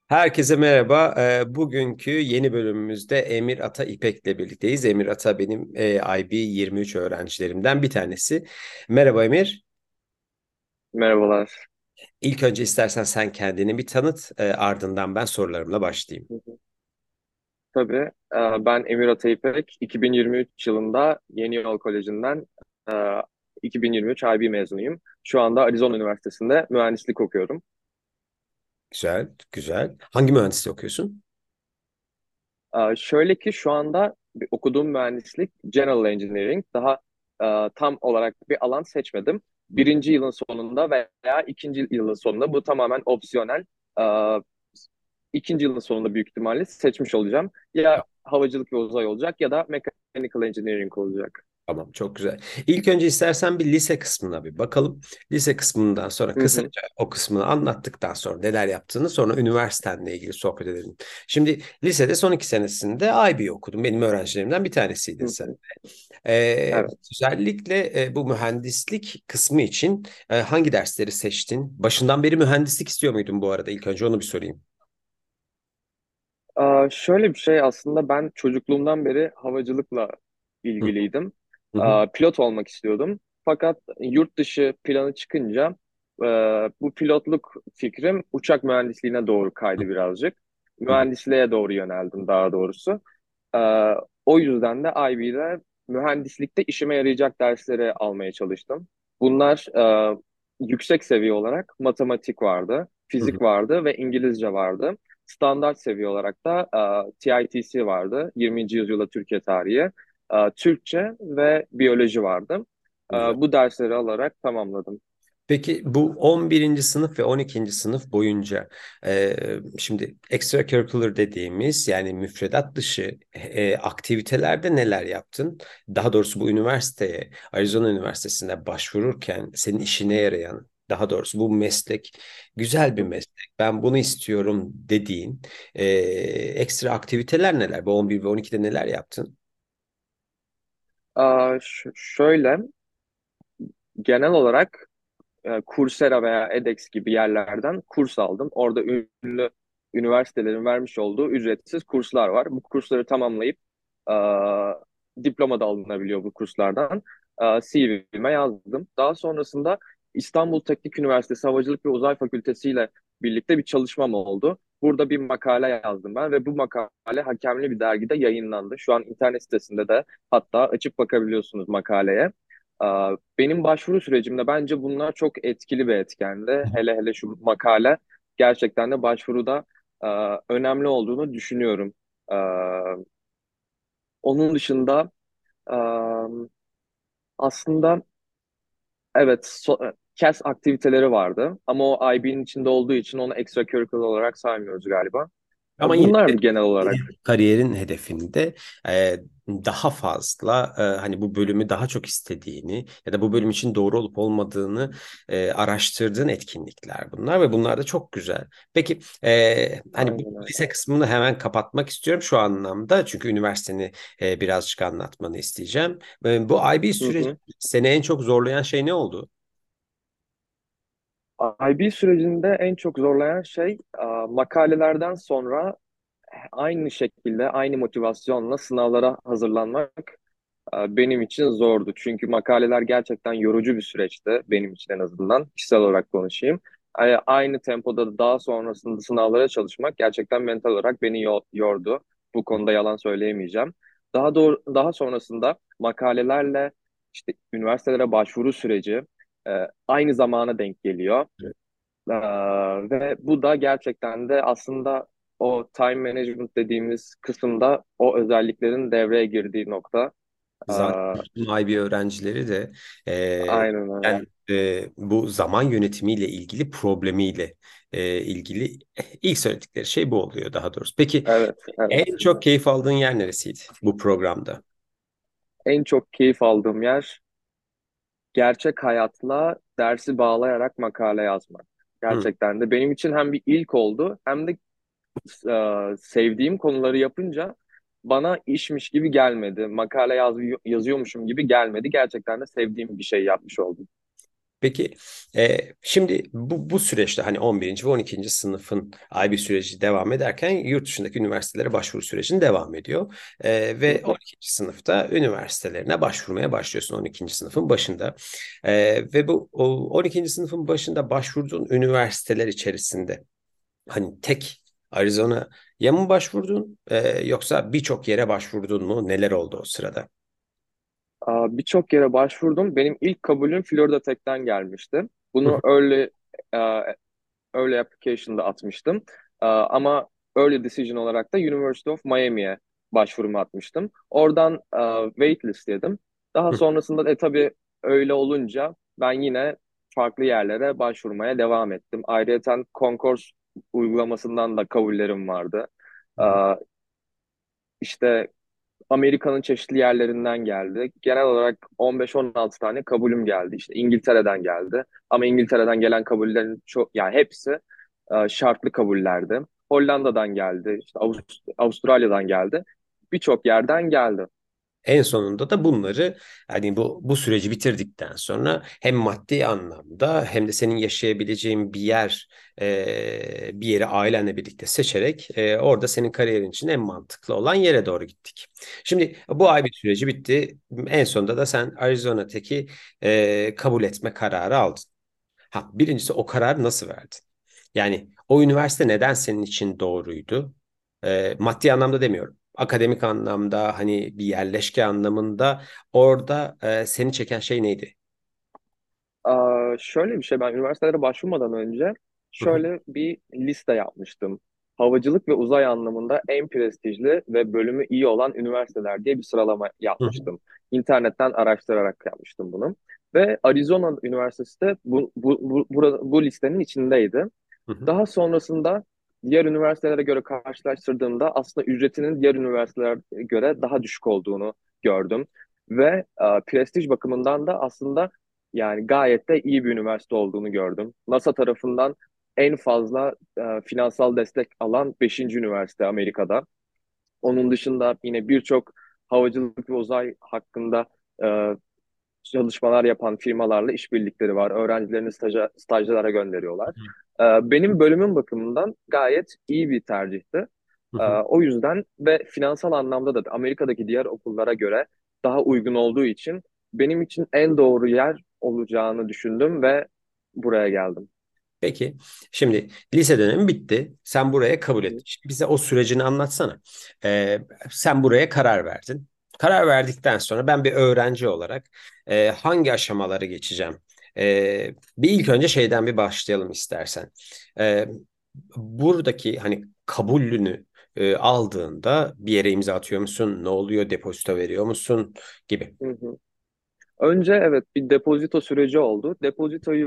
Herkese merhaba. Bugünkü yeni bölümümüzde Emir Ata İpek'le birlikteyiz. Emir Ata benim IB 23 öğrencilerimden bir tanesi. Merhaba Emir. Merhabalar. İlk önce istersen sen kendini bir tanıt, ardından ben sorularımla başlayayım. Hı hı. Tabii. Ben Emir Ataýpek. 2023 yılında Yeni Yol Koleji'nden e, 2023 IB mezunuyum. Şu anda Arizona Üniversitesi'nde mühendislik okuyorum. Güzel, güzel. Hangi mühendisliği okuyorsun? Şöyle ki şu anda okuduğum mühendislik General Engineering. Daha tam olarak bir alan seçmedim. Hı. Birinci yılın sonunda veya ikinci yılın sonunda bu tamamen opsiyonel. E, ikinci yılın sonunda büyük ihtimalle seçmiş olacağım. Ya havacılık ve uzay olacak ya da mechanical engineering olacak. Tamam, çok güzel. İlk önce istersen bir lise kısmına bir bakalım. Lise kısmından sonra Hı hı, kısaca o kısmını anlattıktan sonra neler yaptığını sonra üniversitenle ilgili sohbet edelim. Şimdi lisede son 2 senesinde IB okudum. Benim öğrencilerimden bir tanesiydin hı sen. hı. Ee, Evet. özellikle bu mühendislik kısmı için hangi dersleri seçtin? Başından beri mühendislik istiyor muydun bu arada? İlk önce onu bir sorayım. Şöyle bir şey, aslında ben çocukluğumdan beri havacılıkla Hı ilgiliydim. hı hı. Pilot olmak istiyordum. Fakat yurt dışı planı çıkınca e, bu pilotluk fikrim uçak mühendisliğine doğru Hı kaydı birazcık. hı. Mühendisliğe doğru yöneldim daha doğrusu. O yüzden de IB'de mühendislikte işime yarayacak dersleri almaya çalıştım. Bunlar yüksek seviye olarak matematik vardı, Hı hı. fizik vardı ve İngilizce vardı. Standart seviye olarak da TITC vardı, 20. yüzyıla Türkiye tarihi, Türkçe ve biyoloji vardı. Güzel. Bu dersleri alarak tamamladım. Peki bu 11. sınıf ve 12. sınıf boyunca şimdi extracurricular dediğimiz yani müfredat dışı aktivitelerde neler yaptın? Daha doğrusu bu üniversiteye, Arizona Üniversitesi'ne başvururken senin işine yarayan, daha doğrusu bu meslek güzel bir meslek, ben bunu istiyorum dediğin ekstra aktiviteler neler? Bu 11 ve 12'de neler yaptın? Şöyle, genel olarak Coursera veya edX gibi yerlerden kurs aldım. Orada ünlü üniversitelerin vermiş olduğu ücretsiz kurslar var. Bu kursları tamamlayıp e, diploma da alınabiliyor bu kurslardan. CV'me yazdım. Daha sonrasında İstanbul Teknik Üniversitesi Havacılık ve Uzay Fakültesi ile birlikte bir çalışmam oldu. Burada bir makale yazdım ben ve bu makale hakemli bir dergide yayınlandı. Şu an internet sitesinde de hatta açıp bakabiliyorsunuz makaleye. Benim başvuru sürecimde bence bunlar çok etkili bir etkendi. Hele hele şu makale gerçekten de başvuruda önemli olduğunu düşünüyorum. Ee, Onun dışında e, aslında evet, CAS aktiviteleri vardı ama o IB'nin içinde olduğu için onu extracurricular olarak saymıyoruz galiba. Ama yine Bunlar genel olarak. kariyerin hedefinde daha fazla hani bu bölümü daha çok istediğini ya da bu bölüm için doğru olup olmadığını araştırdığın etkinlikler bunlar ve bunlar da çok güzel. Peki hani bu Aynen öyle. lise kısmını hemen kapatmak istiyorum şu anlamda çünkü üniversiteni birazcık anlatmanı isteyeceğim. Bu IB Hı süreci hı. seni en çok zorlayan şey ne oldu? IB sürecinde en çok zorlayan şey makalelerden sonra aynı şekilde, aynı motivasyonla sınavlara hazırlanmak benim için zordu. Çünkü makaleler gerçekten yorucu bir süreçti benim için, en azından kişisel olarak konuşayım. Aynı tempoda daha sonrasında sınavlara çalışmak gerçekten mental olarak beni yordu. Bu konuda yalan söyleyemeyeceğim. Daha sonrasında makalelerle işte üniversitelere başvuru süreci aynı zamana denk geliyor. Ee, Ve bu da gerçekten de aslında o time management dediğimiz kısımda o özelliklerin devreye girdiği nokta. Ee, Zaten IB öğrencileri de aynen öyle. yani bu zaman yönetimiyle ilgili problemiyle ilgili ilk söyledikleri şey bu oluyor daha doğrusu. Peki Evet, en evet. çok keyif aldığın yer neresiydi bu programda? En çok keyif aldığım yer gerçek hayatla dersi bağlayarak makale yazmak. Hı. Gerçekten de benim için hem bir ilk oldu hem de sevdiğim konuları yapınca bana işmiş gibi gelmedi. Yazıyormuşum gibi gelmedi. Gerçekten de sevdiğim bir şey yapmış oldum. Peki şimdi bu süreçte hani 11. ve 12. sınıfın IB süreci devam ederken yurt dışındaki üniversitelere başvuru sürecin devam ediyor. Hı Ve hı. 12. sınıfta üniversitelerine başvurmaya başlıyorsun 12. sınıfın başında. Ve bu 12. sınıfın başında başvurduğun üniversiteler içerisinde hani tek Arizona'ya mı başvurdun yoksa birçok yere başvurdun mu? Neler oldu o sırada? Birçok yere başvurdum. Benim ilk kabulüm Florida Tech'ten gelmişti. Hı Bunu hı, early application'da atmıştım. Ama early decision olarak da University of Miami'ye başvurumu atmıştım. Oradan waitlistledim. Daha hı sonrasında da tabii öyle olunca ben yine farklı yerlere başvurmaya devam ettim. Ayrıca Concourse uygulamasından da kabullerim vardı. hı. Ee, işte Amerika'nın çeşitli yerlerinden geldi. Genel olarak 15-16 tane kabulüm geldi. İşte İngiltere'den geldi. Ama İngiltere'den gelen kabullerin çok, yani hepsi şartlı kabullerdi. Hollanda'dan geldi. İşte Avustralya'dan geldi. Birçok yerden geldi. En sonunda da bunları hani bu süreci bitirdikten sonra hem maddi anlamda hem de senin yaşayabileceğin bir yer bir yeri ailenle birlikte seçerek orada senin kariyerin için en mantıklı olan yere doğru gittik. Şimdi bu ay bir süreci bitti. En sonunda da sen Arizona Tech'i kabul etme kararı aldın. Ha, birincisi o kararı nasıl verdin? Yani o üniversite neden senin için doğruydu? Maddi anlamda demiyorum. Akademik anlamda hani bir yerleşke anlamında orada seni çeken şey neydi? Şöyle bir şey, ben üniversitelere başvurmadan önce Hı hı, şöyle bir liste yapmıştım. Havacılık ve uzay anlamında en prestijli ve bölümü iyi olan üniversiteler diye bir sıralama hı hı, yapmıştım. İnternetten araştırarak yapmıştım bunu. Ve Arizona Üniversitesi de bu listenin içindeydi. hı hı. Daha sonrasında diğer üniversitelere göre karşılaştırdığımda aslında ücretinin diğer üniversitelere göre daha düşük olduğunu gördüm. Ve prestij bakımından da aslında yani gayet de iyi bir üniversite olduğunu gördüm. NASA tarafından en fazla finansal destek alan beşinci üniversite Amerika'da. Onun dışında yine birçok havacılık ve uzay hakkında e, çalışmalar yapan firmalarla işbirlikleri var. Öğrencilerini stajlara gönderiyorlar. Benim bölümüm bakımından gayet iyi bir tercihti. Hı hı. O yüzden ve finansal anlamda da Amerika'daki diğer okullara göre daha uygun olduğu için benim için en doğru yer olacağını düşündüm ve buraya geldim. Peki, şimdi lise dönemi bitti. Sen buraya Hı kabul ettin. hı. Şimdi bize o sürecini anlatsana. Sen buraya karar verdin. Karar verdikten sonra ben bir öğrenci olarak hangi aşamaları geçeceğim? Bir ilk önce şeyden bir başlayalım istersen. Ee, Buradaki hani kabulünü aldığında bir yere imza atıyor musun? Ne oluyor? Depozito veriyor musun? Gibi. Hı hı. Önce evet bir depozito süreci oldu. Depozitoyu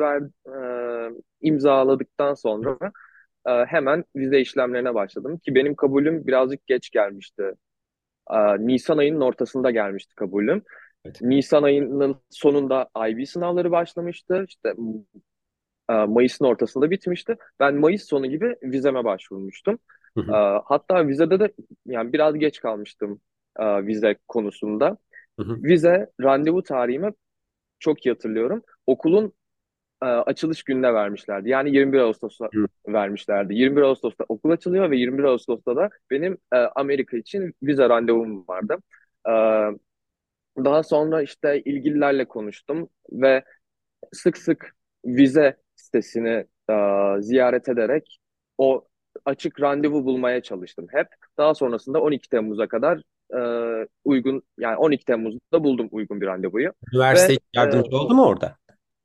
imzaladıktan sonra hemen vize işlemlerine başladım ki benim kabulüm birazcık geç gelmişti. Nisan ayının ortasında gelmişti kabulüm. Evet. Nisan ayının sonunda IB sınavları başlamıştı. İşte Mayıs'ın ortasında bitmişti. Ben Mayıs sonu gibi vizeme başvurmuştum. Hı E, hı, Hatta vizede de yani biraz geç kalmıştım vize konusunda. hı hı, Vize randevu tarihimi çok iyi hatırlıyorum. Okulun açılış gününe vermişlerdi. Yani 21 Ağustos'ta hı. vermişlerdi. 21 Ağustos'ta okul açılıyor ve 21 Ağustos'ta da benim Amerika için vize randevum vardı. E, Daha sonra işte ilgililerle konuştum ve sık sık vize sitesini ziyaret ederek o açık randevu bulmaya çalıştım hep. Daha sonrasında 12 Temmuz'a kadar uygun, yani 12 Temmuz'da buldum uygun bir randevuyu Üniversite ve hiç yardımcı oldu mu orada?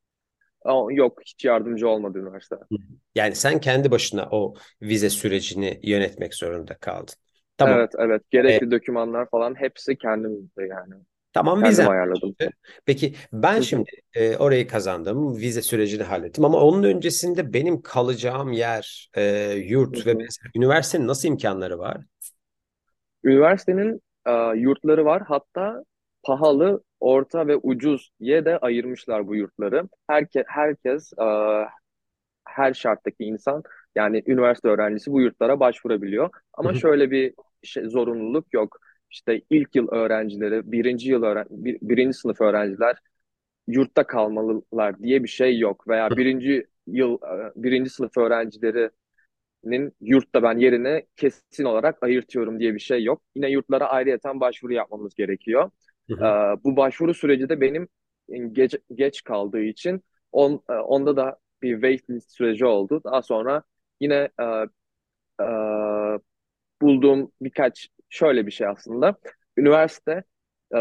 yok, hiç yardımcı olmadı üniversite. Hı hı. Yani sen kendi başına o vize sürecini yönetmek zorunda kaldın. Tamam. Evet, evet, E, gerekli dokümanlar falan hepsi kendimdi yani. tamam Kendim vizem ayarladım. geçti. Peki ben Hı hı, şimdi orayı kazandım. Vize sürecini hallettim ama onun öncesinde benim kalacağım yer, hı yurt ve hı. mesela üniversitenin nasıl imkanları var? Üniversitenin yurtları var. Hatta pahalı, orta ve ucuz diye de ayırmışlar bu yurtları. Herkes, her şarttaki insan, yani üniversite öğrencisi bu yurtlara başvurabiliyor. Hı Ama hı, şöyle bir zorunluluk yok. İşte ilk yıl öğrencileri, birinci sınıf öğrenciler yurtta kalmalılar diye bir şey yok. Veya birinci sınıf öğrencilerinin yurtta ben yerini kesin olarak ayırtıyorum diye bir şey yok. Yine yurtlara ayrıyeten başvuru yapmamız gerekiyor. Hı Ee, hı. Bu başvuru süreci de benim geç kaldığı için onda da bir waitlist süreci oldu. Daha sonra yine e, bulduğum şöyle bir şey aslında. Üniversite e,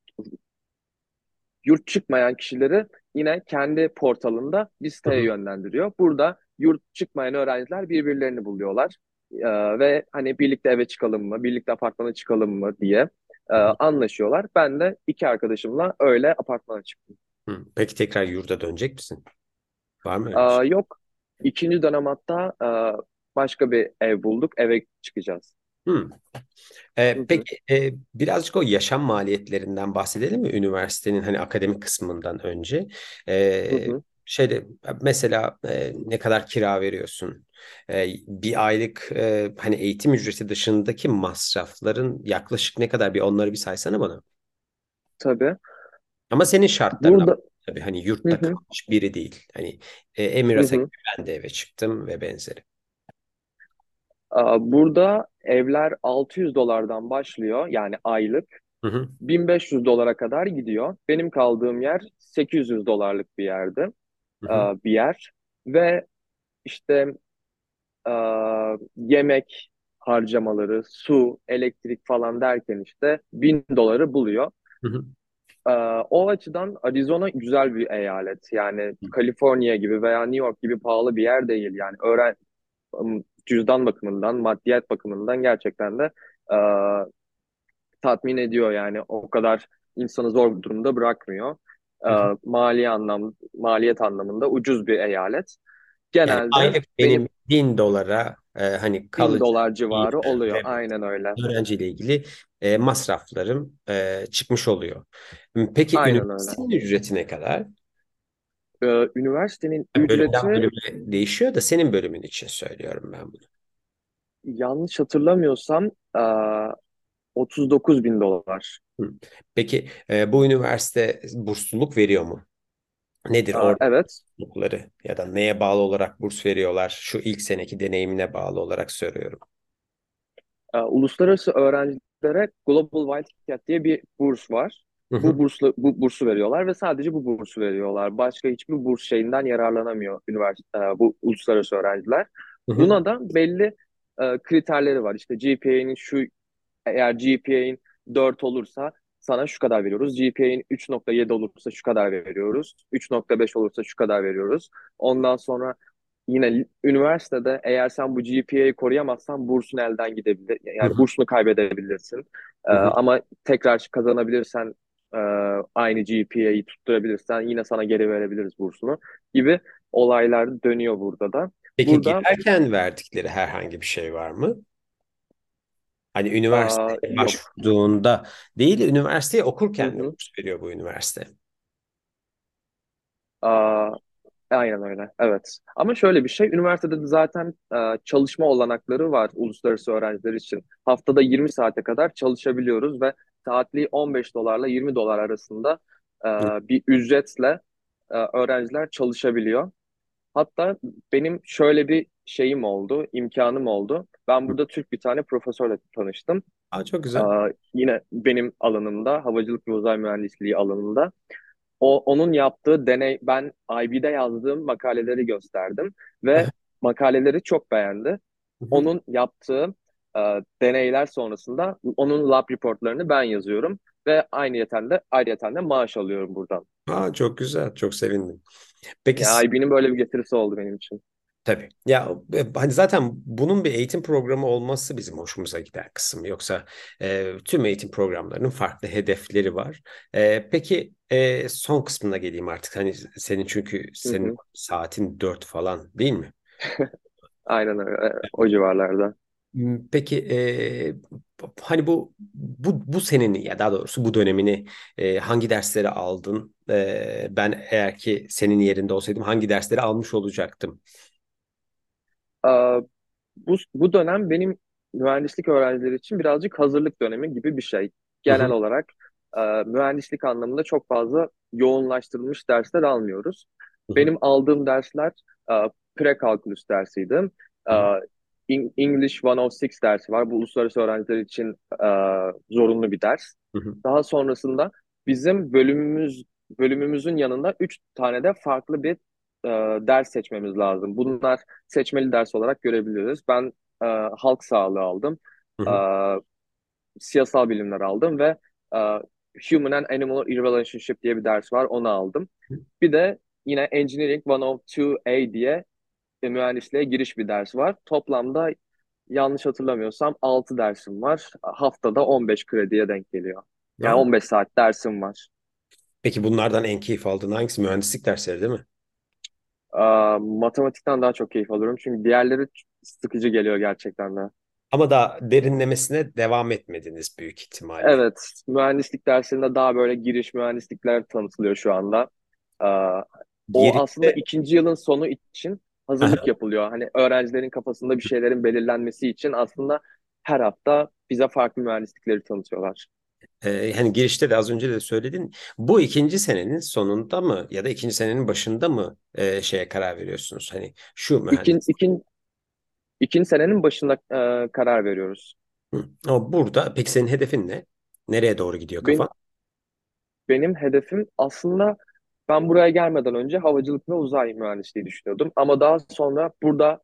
yurt çıkmayan kişileri yine kendi portalında bir Hı siteye hı. yönlendiriyor. Burada yurt çıkmayan öğrenciler birbirlerini buluyorlar. Ve hani birlikte eve çıkalım mı, birlikte apartmana çıkalım mı diye Hı hı. anlaşıyorlar. Ben de iki arkadaşımla öyle apartmana çıktım. Hı. Peki tekrar yurda dönecek misin? Var mı öyle bir şey? Yok, ikinci dönem hatta başka bir ev bulduk, eve çıkacağız. Hı. Hı hı, Peki birazcık o yaşam maliyetlerinden bahsedelim mi üniversitenin hani akademik kısmından önce? hı E, hı. Şeyde mesela ne kadar kira veriyorsun? Bir aylık hani eğitim ücreti dışındaki masrafların yaklaşık ne kadar bir onları bir saysana bana. Tabii. Ama senin şartlarına Burada tabii hani hı yurtta hı, kalmış biri değil. Hani hı Emirat'a gibi hı. ben de eve çıktım ve benzeri. Burada evler 600 dolardan başlıyor yani aylık. Hı hı, 1500 dolara kadar gidiyor. Benim kaldığım yer 800 dolarlık bir yerdi, hı hı, bir yer. Ve işte e, yemek harcamaları, su, elektrik falan derken işte 1000 doları buluyor. hı hı, E, O açıdan Arizona güzel bir eyalet. Yani Kaliforniya gibi veya New York gibi pahalı bir yer değil. Yani cüzdan bakımından, maddiyat bakımından gerçekten de e, tatmin ediyor yani o kadar insanı zor bir durumda bırakmıyor. hı hı. Maliyet anlamında ucuz bir eyalet. Yani Genelde aylık benim benim 1000 dolara hani 1000 dolar kalıcı civarı yeme oluyor. ve Aynen öyle. öğrenciyle ilgili masraflarım çıkmış oluyor. Peki Aynen öyle. üniversitenin ücreti ne kadar? Üniversitenin Yani bölümden ücreti bölüme değişiyor da senin bölümün için söylüyorum ben bunu. yanlış hatırlamıyorsam 39 bin dolar. Hı. Peki bu üniversite bursluluk veriyor mu? Nedir orada Evet. burslulukları ya da neye bağlı olarak burs veriyorlar? Şu ilk seneki deneyimine bağlı olarak soruyorum. Uluslararası öğrencilere Global Wildcat diye bir burs var. Hı hı, Bu bursu veriyorlar ve sadece bu bursu veriyorlar. Başka hiçbir burs şeyinden yararlanamıyor bu uluslararası öğrenciler. hı hı, Buna da belli kriterleri var. İşte GPA'nin eğer GPA'in 4 olursa sana şu kadar veriyoruz. GPA'in 3,7 olursa şu kadar veriyoruz. 3,5 olursa şu kadar veriyoruz. Ondan sonra yine üniversitede eğer sen bu GPA'yı koruyamazsan bursun elden gidebilir. hı Yani hı, bursunu kaybedebilirsin. hı hı. Ama tekrar kazanabilirsen e, aynı GPA'yı tutturabilirsen yine sana geri verebiliriz bursunu gibi olaylar dönüyor burada da. Peki Burada girerken verdikleri herhangi bir şey var mı? Hani üniversiteye yok. başvurduğunda değil, üniversiteyi Hı okurken de hı. burs veriyor bu üniversite. Aa, Aynen öyle. Evet. Ama şöyle bir şey, üniversitede de zaten çalışma olanakları var uluslararası öğrenciler için. Haftada 20 saate kadar çalışabiliyoruz ve saatliği 15 dolarla 20 dolar arasında bir ücretle öğrenciler çalışabiliyor. Hatta benim şöyle bir şeyim oldu, imkanım oldu. Ben burada Türk bir tane profesörle tanıştım. Aa, çok E, güzel. Yine benim alanımda, havacılık ve uzay mühendisliği alanında. Onun yaptığı ben IB'de yazdığım makaleleri gösterdim ve makaleleri çok beğendi. Onun yaptığı deneyler sonrasında onun lab reportlarını ben yazıyorum ve ayrıyeten de maaş alıyorum buradan. Aa, çok güzel. Çok sevindim. Peki Yani IB'nin böyle bir getirisi oldu benim için. tabii. Ya hani zaten bunun bir eğitim programı olması bizim hoşumuza giden kısım. Yoksa tüm eğitim programlarının farklı hedefleri var. Peki son kısmına geleyim artık. Hani senin çünkü Hı senin hı. saatin 4 falan değil mi? Aynen öyle. O civarlarda. Peki hani bu seneni ya daha doğrusu bu dönemini hangi dersleri aldın? Ben eğer ki senin yerinde olsaydım hangi dersleri almış olacaktım? Aa, bu dönem benim mühendislik öğrencileri için birazcık hazırlık dönemi gibi bir şey. Hı Genel hı, olarak mühendislik anlamında çok fazla yoğunlaştırılmış dersler almıyoruz. Hı hı, Benim aldığım dersler e, pre-kalkülüs dersiydi. hı hı, English 106 dersi var. Bu uluslararası öğrenciler için zorunlu bir ders. hı hı. Daha sonrasında bizim bölümümüzün yanında 3 tane de farklı bir ders seçmemiz lazım. Bunlar seçmeli ders olarak görebiliriz. Ben e, halk sağlığı aldım. Hı E, hı. siyasal bilimler aldım ve e, Human and Animal Relationship diye bir ders var. Onu aldım. Bir de yine Engineering 102A diye mühendisliğe giriş bir ders var. Toplamda yanlış hatırlamıyorsam 6 dersim var. Haftada 15 krediye denk geliyor. Yani Ha. 15 saat dersim var. Peki bunlardan en keyif aldığın hangisi? Mühendislik dersleri değil mi? Matematikten daha çok keyif alıyorum. Çünkü diğerleri sıkıcı geliyor gerçekten de. Ama daha derinlemesine devam etmediniz büyük ihtimalle. Evet, mühendislik derslerinde daha böyle giriş mühendislikler tanıtılıyor şu anda. Aa, o aslında Girişte ikinci yılın sonu için hazırlık yapılıyor. Hani öğrencilerin kafasında bir şeylerin belirlenmesi için aslında her hafta bize farklı mühendislikleri tanıtıyorlar. hani girişte de az önce de söyledin. Bu ikinci senenin sonunda mı ya da ikinci senenin başında mı şeye karar veriyorsunuz? Hani şu İkin, mühendis. ikin, ikinci senenin başında karar veriyoruz. Hı. Ama burada peki senin hedefin ne? Nereye doğru gidiyor Ben, kafan? benim hedefim aslında ben buraya gelmeden önce havacılık ve uzay mühendisliği düşünüyordum. Ama daha sonra burada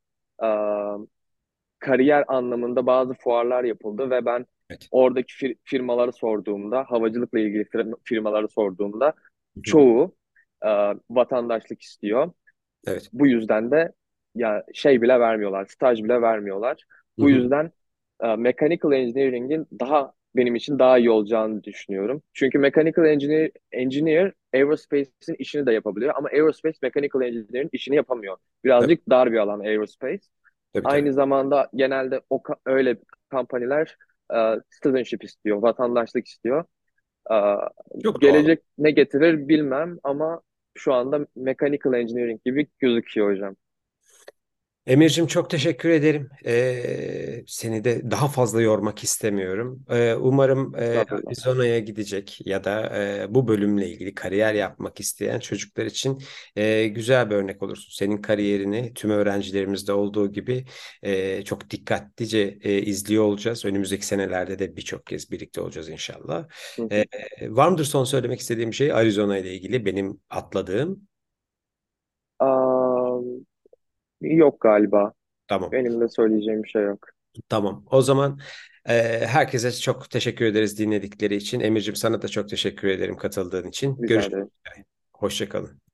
kariyer anlamında bazı fuarlar yapıldı ve ben Evet. oradaki firmaları sorduğumda, havacılıkla ilgili firmaları sorduğumda Hı hı. çoğu vatandaşlık istiyor. Evet. Bu yüzden de ya şey bile vermiyorlar, staj bile vermiyorlar. Hı Bu hı. yüzden mechanical engineering'in benim için daha iyi olacağını düşünüyorum. Çünkü mechanical engineer aerospace'in işini de yapabiliyor ama aerospace mechanical engineer'in işini yapamıyor. Tabii, Birazcık dar bir alan aerospace. tabii, tabii. Aynı zamanda genelde öyle kampanyalar citizenship istiyor, vatandaşlık istiyor. E, Çok doğal. gelecek ne getirir bilmem ama şu anda mechanical engineering gibi gözüküyor hocam. Emir'cim çok teşekkür ederim. Seni de daha fazla yormak istemiyorum. Umarım Estağfurullah. Arizona'ya gidecek ya da bu bölümle ilgili kariyer yapmak isteyen çocuklar için güzel bir örnek olursun. Senin kariyerini tüm öğrencilerimizde olduğu gibi çok dikkatlice izliyor olacağız. Önümüzdeki senelerde de birçok kez birlikte olacağız inşallah. Hı E, hı. var mıdır son söylemek istediğim şey Arizona ile ilgili benim atladığım? Aa, yok galiba. Tamam. Benim de söyleyeceğim bir şey yok. Tamam. O zaman herkese çok teşekkür ederiz dinledikleri için. Emir'cim sana da çok teşekkür ederim katıldığın için. Rica Görüşmek ederim. üzere. Hoşça kalın.